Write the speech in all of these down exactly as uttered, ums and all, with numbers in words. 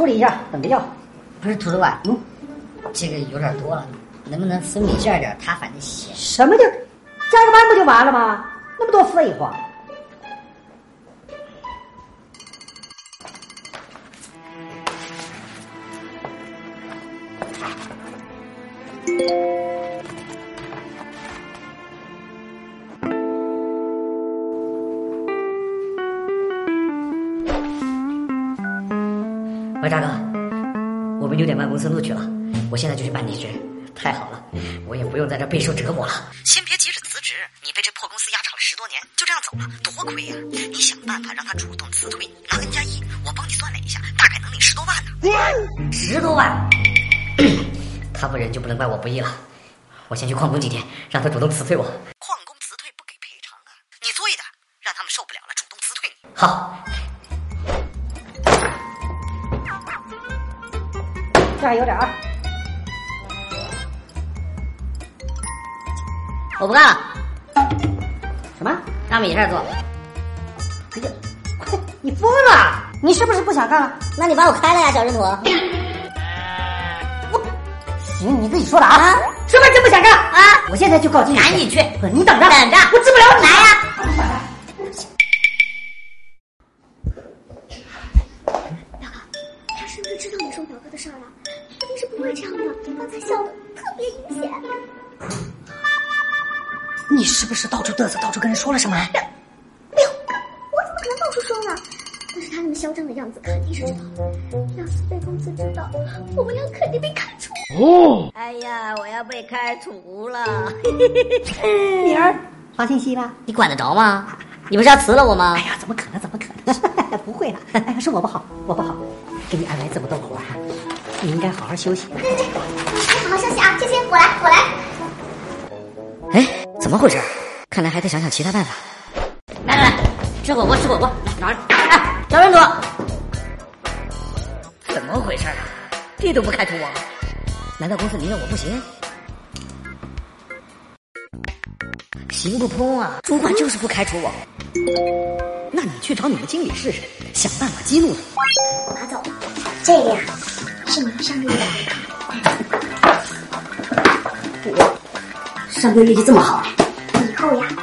处理一下，等着要。 不是图主管， 嗯， 这个有点多了，能不能分明加点？他反正写什么叫加个班不就完了吗？那么多废话。 喂，大哥，我被六点半公司录取了，我现在就去办离职。太好了，我也不用在这备受折磨了。 先别急着辞职，你被这破公司压榨了十多年，就这样走了，多亏呀！你想办法让他主动辞退，拿 N 加一，我帮你算了一下，大概能领十多万呢。 十多万？他不仁就不能怪我不义了。我先去旷工几天，让他主动辞退我。 旷工辞退不给赔偿啊！你做一点，让他们受不了了，主动辞退你。 好。 加油点啊！ 我不干了。 什么？ 让米事做。 哎呀，快！你疯了？你是不是不想干了？ 那你把我开了呀，小人土。 我行，你自己说的啊。什么真不想干啊？我现在就告经理。 赶紧去！ 你等着， 等着， 我治不了你。 来呀！ 表哥，他是不是知道你说表哥的事儿了？肯定是不会这样的，刚才笑的特别阴险。 你是不是到处嘚瑟，到处跟人说了什么？ 没有，我怎么可能到处说呢？但是他那么嚣张的样子，肯定是知道了。要是被公司知道，我们俩肯定被开除。 哦，哎呀，我要被开除了！ 女儿发信息了， 你管得着吗？你不是要辞了我吗？ 哎呀，怎么可能？怎么可能？不会了，哎呀，是我不好，我不好，给你安排这么多活儿，你应该好好休息。 对对对，你好好休息啊！芊芊，我来，我来。 哎，怎么回事？看来还得想想其他办法。来来来，吃火锅吃火锅，来拿着。哎，小人主，怎么回事啊？这都不开除我？难道公司离了我不行？行不通啊！主管就是不开除我。 那你去找你们经理试试，想办法激怒他。 马总，这个呀是您上个月的。 我上个月业绩这么好， 以后呀。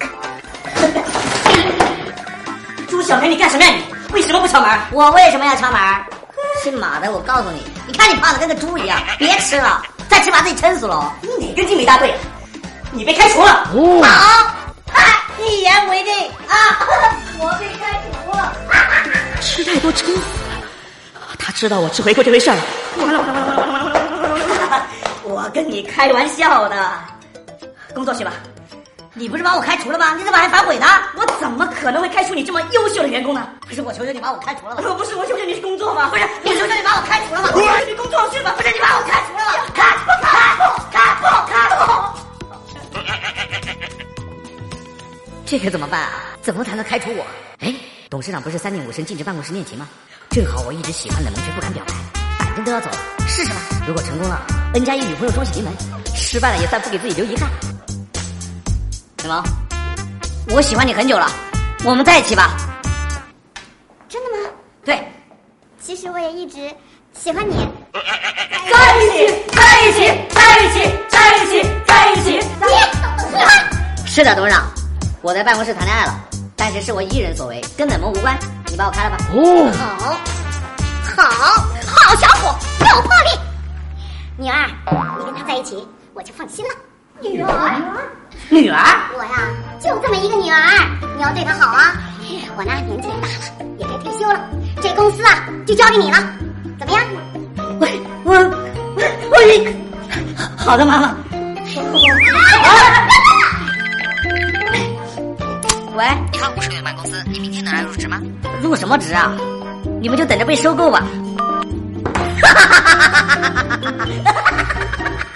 朱小梅，你干什么呀你？为什么不敲门？我为什么要敲门？姓马的，我告诉你，你看你胖的跟个猪一样，别吃了，再吃把自己撑死了。你哪根筋没搭对啊？你被开除了。哦、好，一言为定啊！我被开除了。 吃太多撑死了。他知道我吃回扣这回事了。完了完了完了完了完了完了完了！ 我跟你开玩笑的。工作去吧。你不是把我开除了吗？你怎么还反悔呢？我怎么可能会开除你这么优秀的员工呢？不是我求求你把我开除了吧？不是我求求你工作吗？不是我求求你把我开除了吗？我求求你工作去吧？不是你把我开除了吗？开不开不开不开不！这可怎么办啊？怎么才能开除我？哎，董事长不是三点五升禁止办公室恋情吗？正好我一直喜欢冷门却不敢表白，反正都要走了，试试吧。如果成功了 ，N 加一女朋友双喜临门；失败了也算不给自己留遗憾。小毛，我喜欢你很久了，我们在一起吧。 真的吗？ 对。 其实我也一直喜欢你。 在一起，在一起，在一起，在一起，在一起。 你是的，董事长，我在办公室谈恋爱了，但是是我一人所为，跟冷门无关。你把我开了吧。 哦，好，好，好小伙，有魄力。女儿，你跟他在一起，我就放心了。女儿， 女儿， 我呀就这么一个女儿，你要对她好啊。我呢年纪也大了，也该退休了，这公司啊就交给你了，怎么样？ 我我我我，好的，妈妈。喂， 你好，我是月满公司，你明天能来入职吗？ 入什么职啊？你们就等着被收购吧。